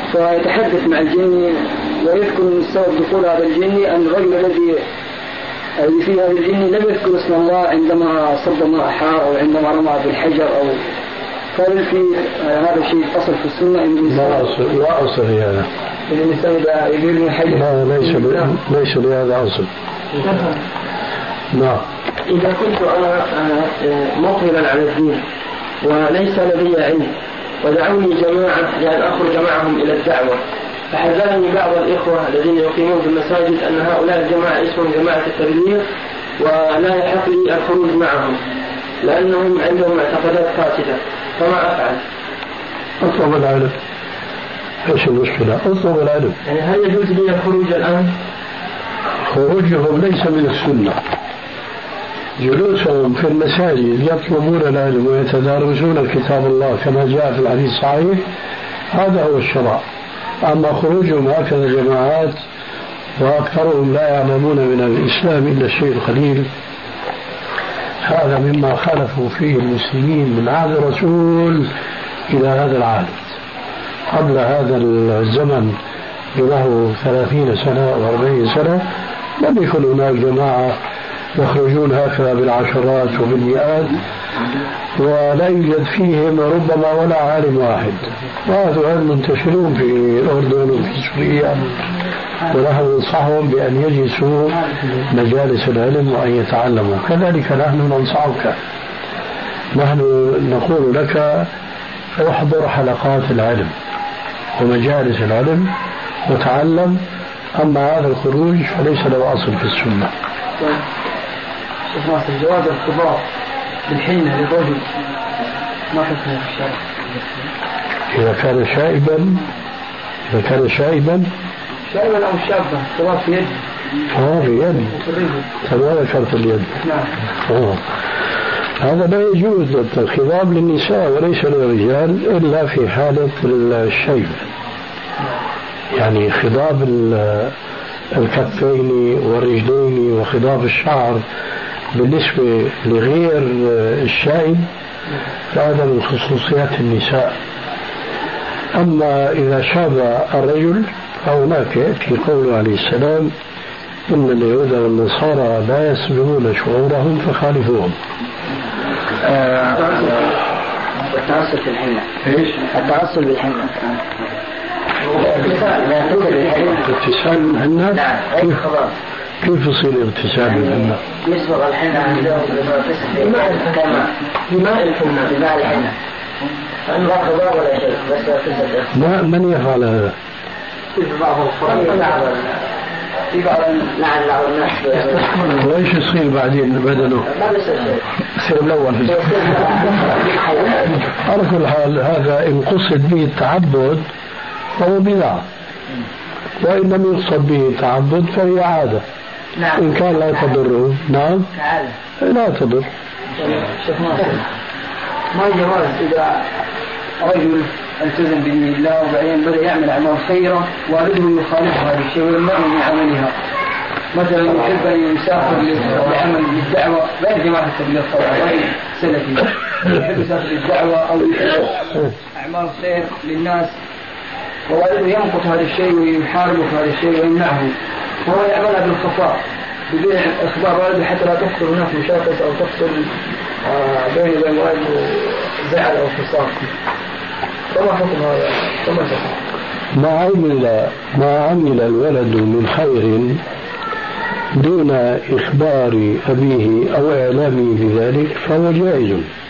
فيتحدث مع الجني ويذكر من سبب دخول هذا الجني أن الرجل الذي اللي فيها الجن لم يذكر اسم الله عندما صب ماء حار أو عندما رمى بالحجر أو فهل في هذا الشيء أصل في السنة؟ لا أصل لا أصل هذا. الإنسان إذا يقول من حجر لا ليس ليس لهذا أصل. نعم. إذا كنت أنا مقبلا على الدين وليس لدي علم ودعوني جماعة لأن أخرج معهم إلى الدعوة، فحذرني بعض الإخوة الذين يقيمون في المساجد أن هؤلاء الجماعة اسمهم جماعة التبليغ ولا يحق لي الخروج معهم لأنهم عندهم اعتقادات فاسدة، فما أفعل؟ أطلب العلم. إيش المشكلة؟ أطلب العلم. يعني هل يجوز لي الخروج الآن؟ خروجهم ليس من السنة. جلوسهم في المساجد يطلبون العلم ويتدارسون كتاب الله كما جاء في الحديث الصحيح هذا هو الشرع. أما خروجهم هكذا جماعات وأكثرهم لا يعلمون من الإسلام إلا الشيء القليل، هذا مما خالفوا فيه المسلمين من عهد الرسول إلى هذا العهد. قبل هذا الزمن له ثلاثين سنة وأربعين سنة لم يكن هناك جماعة يخرجون هكذا بالعشرات وبالمئات ولا يوجد فيهم ربما ولا عالم واحد، وهذا منتشرون في الأردن وفي سوريا، ونحن ننصحهم بأن يجلسوا مجالس العلم وأن يتعلموا. كذلك نحن ننصحك، نحن نقول لك احضر حلقات العلم ومجالس العلم وتعلم، أما هذا الخروج فليس له أصل في السنة. شيخ ناصر، جواز الارتباط بالحنة للرجل ما حكمه في الشرع؟ إذا كان شائبا إذا كان شائبا شائبا أو شابا ارتباط في يد. آه في يد. هذا شرط اليد. نعم. آه. هذا لا يجوز الخضاب للنساء وليس للرجال إلا في حالة الشيب، يعني خضاب الكفين والرجلين وخضاب الشعر بالنسبة لغير الشائب فهذا من خصوصيات النساء. أما إذا شاب الرجل فهناك يأتي قوله عليه السلام إن اليهود والنصارى لا يسبقون شعورهم فخالفوهم. التعصب في الحنة. إيش؟ التعصب بالحنة. اغتسال بالحنة؟ نعم. كيف كيف يصير اغتسال بالحنة؟ يسبق الحنة عندهم بماء بماء الحنة بماء الحنة. لا خضار ولا شيء بس ما من يفعل هذا؟ في بعض الفرق في بعض نعم بعض الناس. وإيش يصير بعدين بدنه؟ ما بيصير شيء. يصير ملون. على كل حال هذا إن قصد به التعبد فهو بدعة، وإن لم يقصد به التعبد فهي عادة. نعم. إن كان لا تضره. نعم. لا تضر. شيخ ناصر، ما جواز إذا رجل التزم بإذن الله وبعدين بدأ يعمل أعمال خيرة والده يخالف هذا الشيء ويمنعه من عملها، مثلا يحب أن يسافر لعمل للدعوة غير جماعة التبليغ طبعا غير سلفي، يحب يسافر للدعوة أو يحب أعمال خير للناس ووالده يمقت هذا الشيء ويحاربه في هذا الشيء ويمنعه، وهو يعملها بالخفاء بدون إخبار والده حتى لا تحصل هناك مشاكس أو تحصل بين وبين والده زعل أو خصام. فما حكم هذا؟ فما حكم؟ ما عمل ما عمل الولد من خير دون إخبار أبيه أو إعلامه بذلك فهو جائز.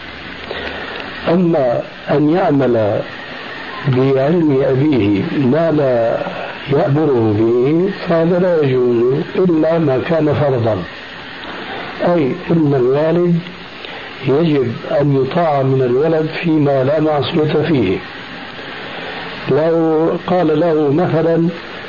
أما أن يعمل بعلم أبيه ما لا يأمره به فهذا لا يجوز إلا ما كان فرضا، أي إن الوالد يجب أن يطاع من الولد فيما لا معصية فيه. لو قال له مثلا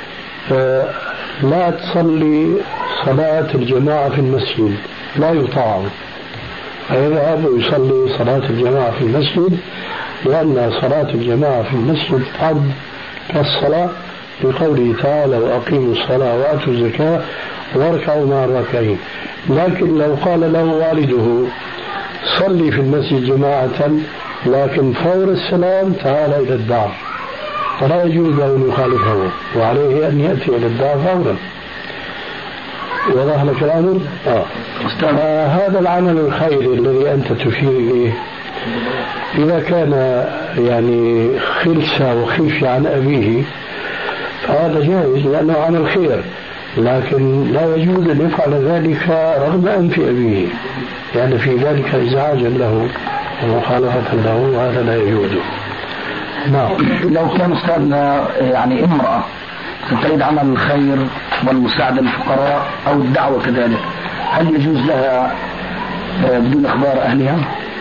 لا تصلي صلاة الجماعة في المسجد لا يطاع، فيذهب ويصلي صلاة الجماعة في المسجد، لأن صلاة الجماعة في المسجد فرض كالصلاة بقوله تعالى وأقيموا الصلاة وآتوا الزكاة واركعوا مع الراكعين. لكن لو قال له والده صلي في المسجد جماعة لكن فور السلام تعال إلى الدار، فلا يجوز له أن يخالفه وعليه أن يأتي إلى الدار فورا. وضح لك الأمر؟ آه. آه هذا العمل الخيري الذي أنت تشير إليه إذا كان يعني خلسة وخفي عن أبيه فهذا جائز لأنه عمل خير، لكن لا يجوز أن يفعل ذلك رغم أنف أبيه، يعني في ذلك إزعاجا له ومخالفة له، وهذا لا يجوز. نعم. لو كان أستاذنا يعني امرأة تريد عمل الخير والمساعدة للفقراء أو الدعوة كذلك، هل يجوز لها بدون إخبار أهلها؟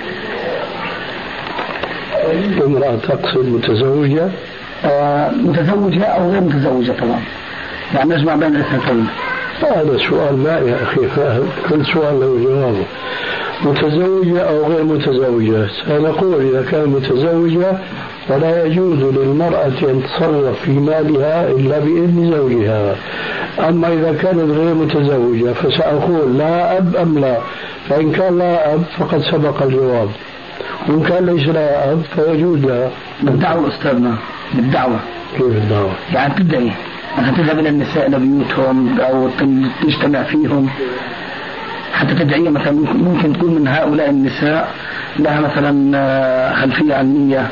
امرأة تقصد متزوجة؟ آه متزوجة أو غير متزوجة طبعا، يعني نجمع بين الاثنين. هذا سؤال ما يا أخي، كل سؤال له جوابه. متزوجة أو غير متزوجة، سنقول إذا كان متزوجة فلا يجوز للمرأة أن تتصرف في مالها إلا بإذن زوجها. أما إذا كانت غير متزوجة فسأقول لا أب أم لا، فإن كان لا أب فقد سبق الجواب، وإن كان ليس لا أب فيجوز لها. بالدعوة أستاذنا، بالدعوة. كيف الدعوة؟ يعني تدعي مثلا تذهب إلى النساء إلى بيوتهم أو تجتمع فيهم حتى تدعية، مثلا ممكن تكون من هؤلاء النساء لها مثلا خلفية علمية.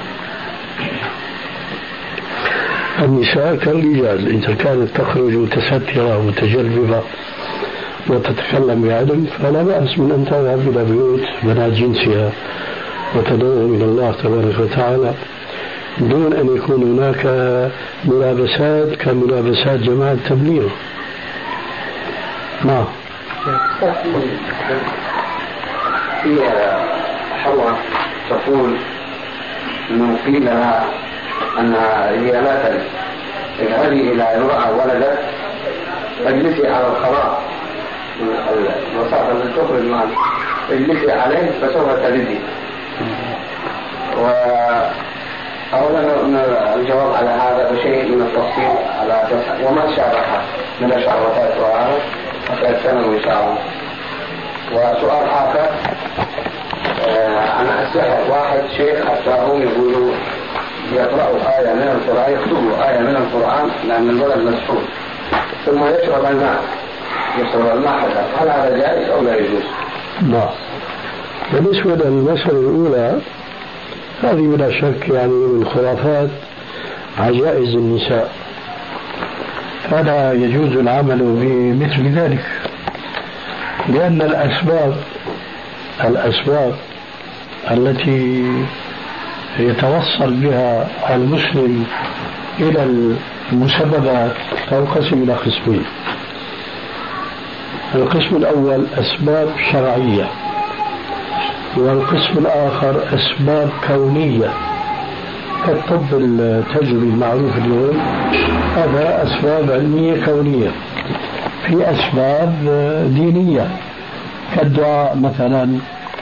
النساء كالرجال، إذا كانت تخرج متسترة ومتجلبة وتتكلم بعلم فلا بأس من أن تذهب إلى بيوت بنات جنسها وتدعوهم إلى الله تبارك وتعالى دون أن يكون هناك ملابسات كملابسات جماعة التبليغ. نعم. هي حواء تقول انه قيل لها انها هي لا تلد، اذهبي الى امراه ولدت اجلسي على الخلاط الوساطه التي تخرج معك، اجلسي عليه فسوف تلدي. و أولا الجواب على هذا بشيء من التفصيل على تسع وما شابه من الشهوات وهذا أتأكد إن شاء الله. وسؤال آخر، آه أنا أستحق واحد شيخ حتى هم يقولوا يقرأوا آية من القرآن، يكتبوا آية من القرآن لأن الولد مسحور ثم يشرب الماء يشرب الماء حتى، هل هذا جائز أو لا يجوز؟ لا. بالنسبة للمسألة الأولى هذه بلا شك يعني من خرافات عجائز النساء، فلا يجوز العمل بمثل ذلك، لأن الأسباب الأسباب التي يتوصل بها المسلم إلى المسببات تنقسم إلى قسمين. القسم الأول أسباب شرعية، والقسم الآخر أسباب كونية كالطب التجريبي المعروف اليوم، هذا أسباب علمية كونية. في أسباب دينية كالدعاء مثلا،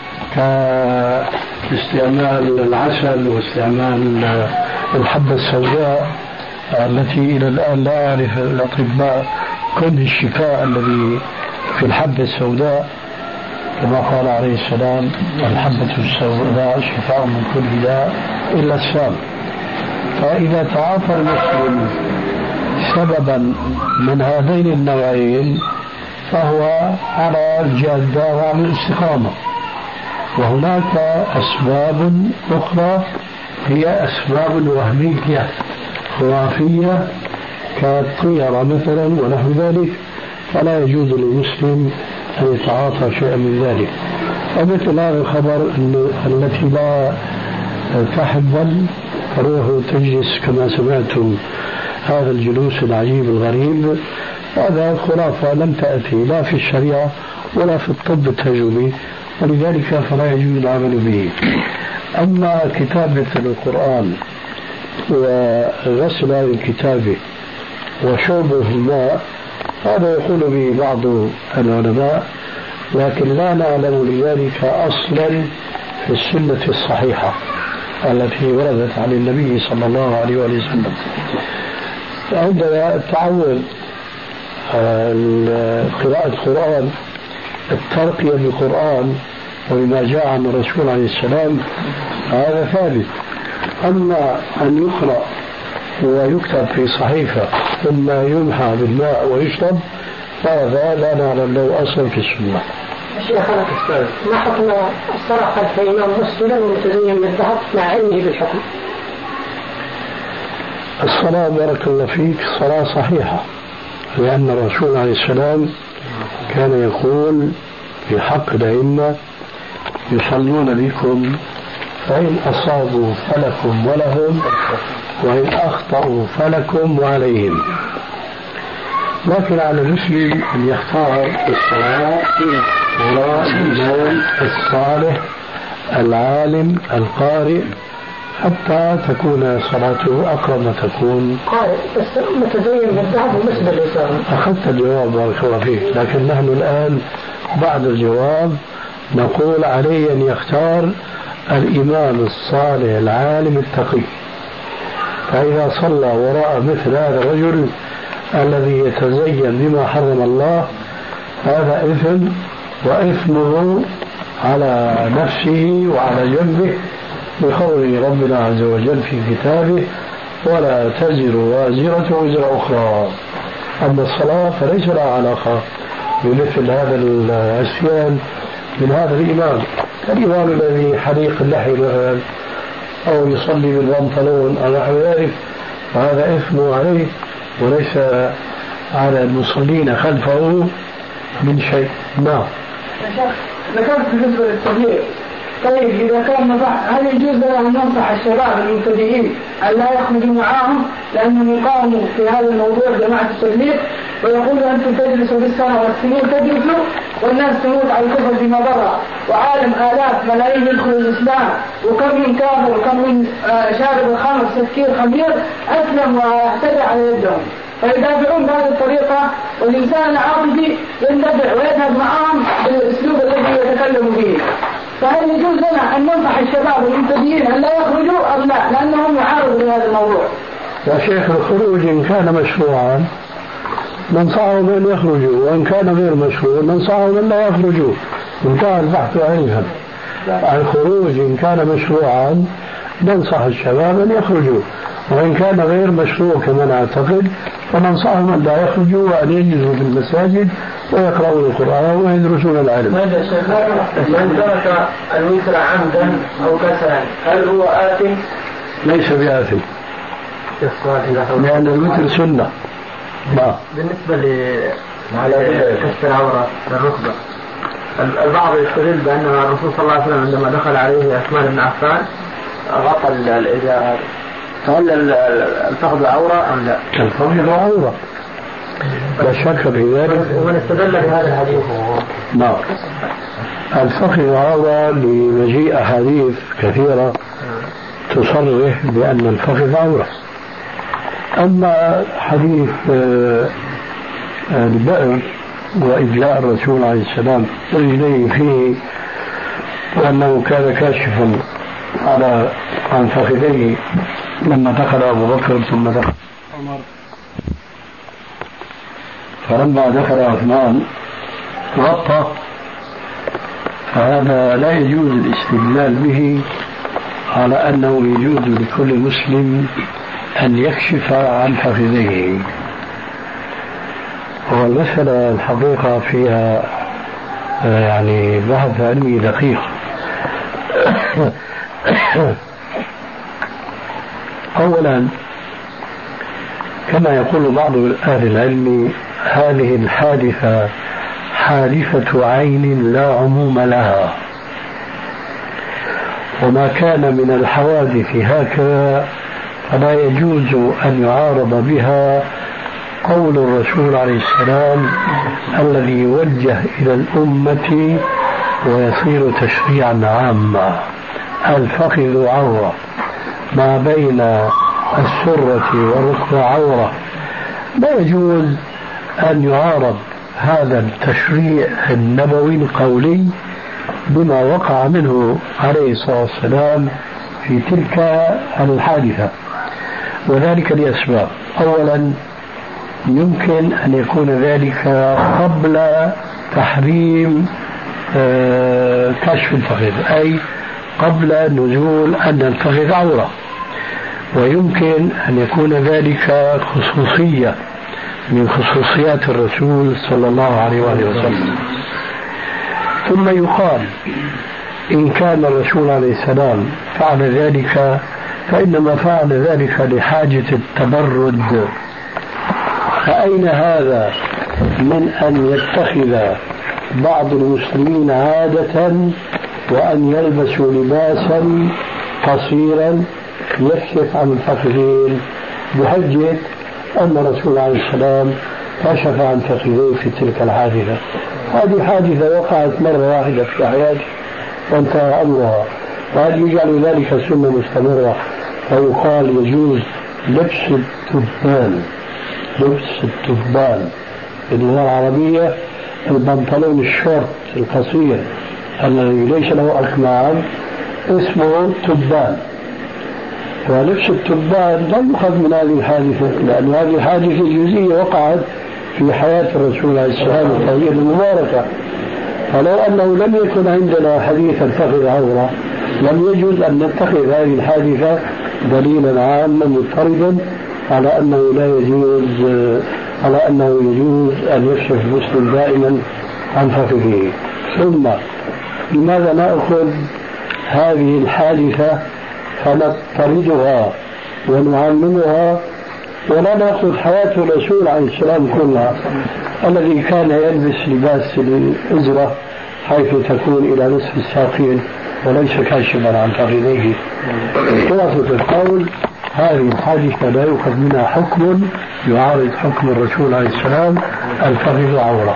كاستعمال العسل واستعمال الحبة السوداء التي إلى الآن لا يعرف الأطباء كل الشفاء الذي في الحبة السوداء، كما قال عليه السلام الحبة السوداء شفاء من كل داء إلا السام. فإذا تعاطى المسلم سببا من هذين النوعين فهو على الجادة وعلى الاستقامة. وهناك أسباب أخرى هي أسباب وهمية خرافية كالطيرة مثلا ونحو ذلك، فلا يجوز للمسلم أن يتعاطى شيئا من ذلك. ومثل هذا الخبر التي لا تحمل فروح تجلس كما سمعتم هذا الجلوس العجيب الغريب، هذا خرافة لم تأتي لا في الشريعة ولا في الطب التجريبي، ولذلك فلا يجوز العمل به. أما كتابة القرآن وغسل الكتابة وشربه الماء هذا يقول به بعض العلماء، لكن لا نعلم لذلك أصلا في السنة الصحيحة التي وردت عن النبي صلى الله عليه وسلم. عندنا التعود قراءة القرآن، الترقية بالقرآن وبما جاء عن الرسول عليه السلام هذا ثابت. أما أن يقرأ ويكتب في صحيفة ثم يمحى بالماء ويشرب هذا لا نعلم له أصل في السنة. شيخنا ما حكم الصلاة خلف إمام مسلم ومتزين بالذهب مع علمه بالحكم؟ الصلاة بارك الله فيك صلاة صحيحة، لأن الرسول عليه السلام كان يقول في حق الأئمة يصلون بكم فإن أصابوا فلكم ولهم وإن أخطأوا فلكم وعليهم. لكن على المسلم أن يختار الصلاة وراء الإمام الصالح العالم القارئ حتى تكون صلاته أقرب ما تكون. قارئ بس متزين بالذهب ومسبل الإسلام. أخذت الجواب بارك الله فيك، لكن نحن الآن بعد الجواب نقول عليه أن يختار الإمام الصالح العالم التقي. فإذا صلى وراء مثل هذا الرجل الذي يتزين بما حرم الله هذا إثم، وإثمه على نفسه وعلى جنبه، بقول ربنا عز وجل في كتابه ولا تزر وازرة وزر أخرى. أما الصلاة فليس لها علاقة بمثل هذا العصيان من هذا الإمام، الإمام الذي حليق اللحي مثلا أو يصلي بالبنطلون أو نحو ذلك، فهذا إثمه عليه وليس على المصلين خلفه من شيء. نعم. ذكرت بالنسبة للتبليغ، طيب إذا كان نصح هل يجوز لنا أن ننصح الشباب المبتدئين أن لا يخرجوا معاهم لأنهم يقاوموا في هذا الموضوع جماعة التبليغ ويقولوا أنتم تجلسوا بالسنة والسنين تدرسوا والناس تموت على الكفر بما ضر، وعالم آلاف ملايين يدخل الإسلام، وكم من كافر وكم من شارب الخمر سكير خمير أسلم واهتدى على يدهم، فيدافعون بهذه الطريقة والإنسان العاطفي يندفع ويذهب معهم بالأسلوب الذي يتكلم به. فهل يجوز لنا أن ننصح الشباب المبتدئين أن لا يخرجوا أم لا لأنهم يعارضوا لهذا الموضوع؟ يا شيخ الخروج إن كان مشروعا ننصحهم أن يخرجوا، وإن كان غير مشروع ننصحهم أن لا يخرجوا، انتهى البحث عنها. الخروج إن كان مشروعا ننصح الشباب أن يخرجوا، وإن كان غير مشروع كما نعتقد فننصحهم أن لا يخرجوا وأن يجلسوا في المساجد ويقرؤون القرآن ويدرسون العلم. ماذا شيخ من ترك الوتر عمدا أو كسلا هل هو آثم؟ ليس بآثم، لأن الوتر سنة. ما بالنسبة لكشف العورة للركبة، البعض يستدل بأن الرسول صلى الله عليه وسلم عندما دخل عليه عثمان بن عفان غطى الإزار، هل الفخذ عورة أم لا؟ الفخذ عورة لا شك في ذلك، ومن استدل بهذا الحديث. نعم الفخذ عورة لمجيء أحاديث كثيرة تصرح بأن الفخذ عورة. أما حديث البئر وإجلاء الرسول عليه السلام رجليه فيه وأنه كان كاشفا على عن فخذيه لما دخل أبو بكر ثم دخل عمر، فلما دخل عثمان غطى، فهذا لا يجوز الاستدلال به على أنه يجوز لكل مسلم أن يكشف عن فخذيه. والمسألة الحقيقة فيها يعني بحث علمي دقيق. أولا كما يقول بعض أهل العلم هذه الحادثة حادثة عين لا عموم لها، وما كان من الحوادث هكذا فلا يجوز أن يعارض بها قول الرسول عليه السلام الذي يوجه إلى الأمة ويصير تشريعا عاما. الفخذ عورة، ما بين السرة والركبة عورة، لا يجوز أن يعارض هذا التشريع النبوي القولي بما وقع منه عليه الصلاة والسلام في تلك الحادثة، وذلك لأسباب. أولا يمكن أن يكون ذلك قبل تحريم كشف الفخذ، أي قبل نزول أن الفخذ عورة، ويمكن أن يكون ذلك خصوصية من خصوصيات الرسول صلى الله عليه وآله وسلم. ثم يقال إن كان الرسول عليه السلام فعل ذلك فإنما فعل ذلك لحاجة التبرد، فأين هذا من أن يتخذ بعض المسلمين عادة وأن يلبسوا لباسا قصيرا يكشف عن الفخذين بحجة أن الرسول عليه السلام كشف عن فخذيه في تلك الحادثة. هذه حادثة وقعت مرة واحدة في حياته وانتهى أمرها، وهذا يجعل ذلك سنة مستمرة. فيقال يجوز لبس التبان، لبس التبان باللغة العربية البنطلون الشورت القصير الذي ليس له أكمام اسمه تبان. ولبس التبان لا يؤخذ من هذه الحادثة، لأن هذه الحادثة جزئية وقعت في حياة الرسول عليه السلام الطيبة المباركة. فلو أنه لم يكن عندنا حديث الفخذ عورة لم يجوز أن نتخذ هذه الحادثة دليلا عاما مضطردا على أنه لا يجوز على أنه يجوز أن يكشف المسلم دائما عن فخذه. ثم لماذا نأخذ هذه الحادثة فنضطردها ونعممها ولا نأخذ حياة الرسول عليه السلام كلها الذي كان يلبس لباس الإزرة حيث تكون إلى نصف الساقين وليس كاشفا عن فخذيه. خلاصة القول هذه الحادثة لا يؤخذ منها حكم يعارض حكم الرسول عليه السلام الفخذ عورة.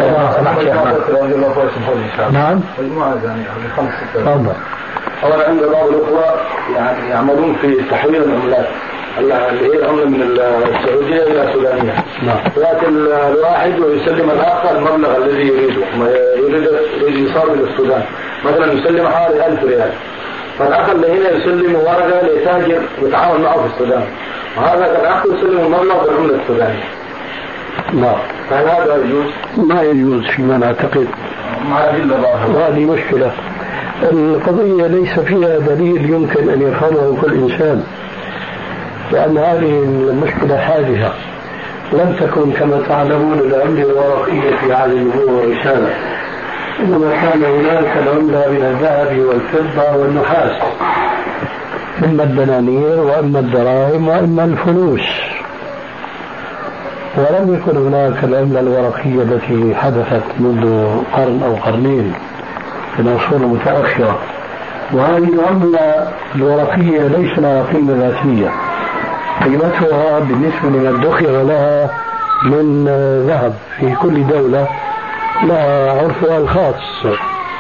نعم. تفضل. أولا عند بعض الأخوة يعني يعملون في تحويل العملات اللي هي العملة من السعودية إلى السودانية. نعم. لكن الواحد ويسلم الآخر المبلغ الذي يريده، يريد يريد يصاب إلى السودان، مثلا يسلم حوالي ألف ريال، فالأخ اللي هنا يسلم ورقة لتاجر يتعاون معه في السودان، وهذا الأخ يسلم المبلغ بالعملة السودانية. نعم. فهل هذا يجوز؟ ما يجوز فيما نعتقد. وهذه مشكلة. القضية ليس فيها دليل يمكن أن يفهمه كل إنسان، لأن هذه المشكلة حادثة لم تكن كما تعلمون العملة الورقية في عهد النبوة والرسالة، إنما كان هناك العملة من الذهب والفضة والنحاس، إما الدنانير وإما الدراهم وإما الفلوس، ولم يكن هناك العملة الورقية التي حدثت منذ قرن أو قرنين في العصور المتأخرة. وهذه العملة الورقية ليس لها قيمة ذاتية، قيمتها بالنسبة لما ادخر لها من ذهب في كل دولة لها عرفها الخاص.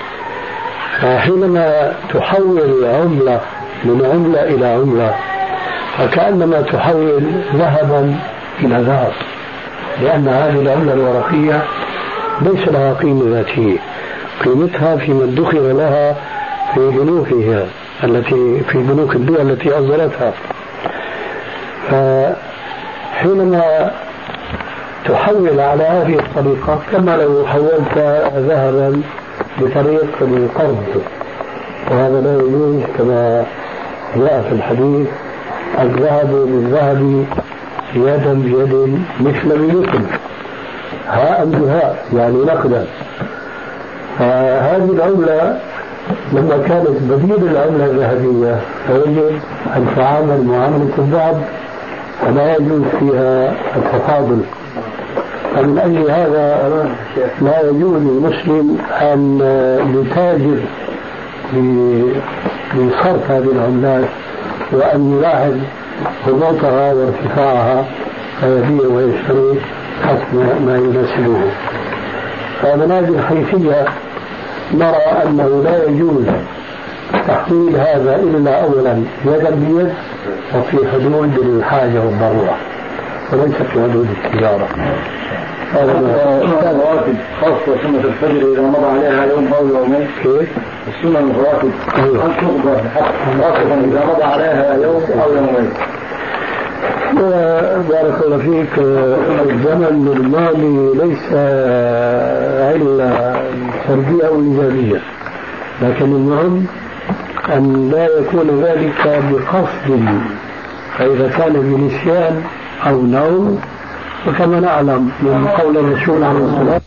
فحينما تحول عملة من عملة إلى عملة فكأنما تحول ذهبا إلى ذهب، لأن هذه العملة الورقية ليس لها قيمة ذاتية، قيمتها فيما ادخر لها في بنوكها التي في بنوك الدول التي أصدرتها. فحينما تحول على هذه الطريقة كما لو حولت ذهبا بطريق القرض، وهذا لا يجوز كما جاء في الحديث الذهب بالذهب يدا بيد مثل بمثل هاء بهاء يعني نقدا. فهذه العملة لما كانت بديل العملة الذهبية فيجب أن تعامل معاملة الذهب ولا يجوز فيها التفاضل. فمن أجل هذا لا يجوز للمسلم أن يتاجر بصرف هذه العملات وأن يلاحظ هبوطها وارتفاعها فيبيع ويشتري حسب ما يناسبه. فمن هذه الحيثية نرى أنه لا يجوز تحويل هذا إلا أولا يدا بيد وفي حدود الحاجة والضرورة وليس في حدود التجارة. هذا الرواتب خاصة سنة الفجر إذا مضى عليها يوم أو يومين كيف؟ السنة الرواتب هل تقضى خاصة إذا مضى عليها يوم أو يومين؟ بارك الله فيك. الزمن الماضي ليس علة سلبية أو إيجابية، لكن المهم أن لا يكون ذلك بقصد، فإذا كان بنسيان أو نوم وكما نعلم من قول الرسول عليه الصلاة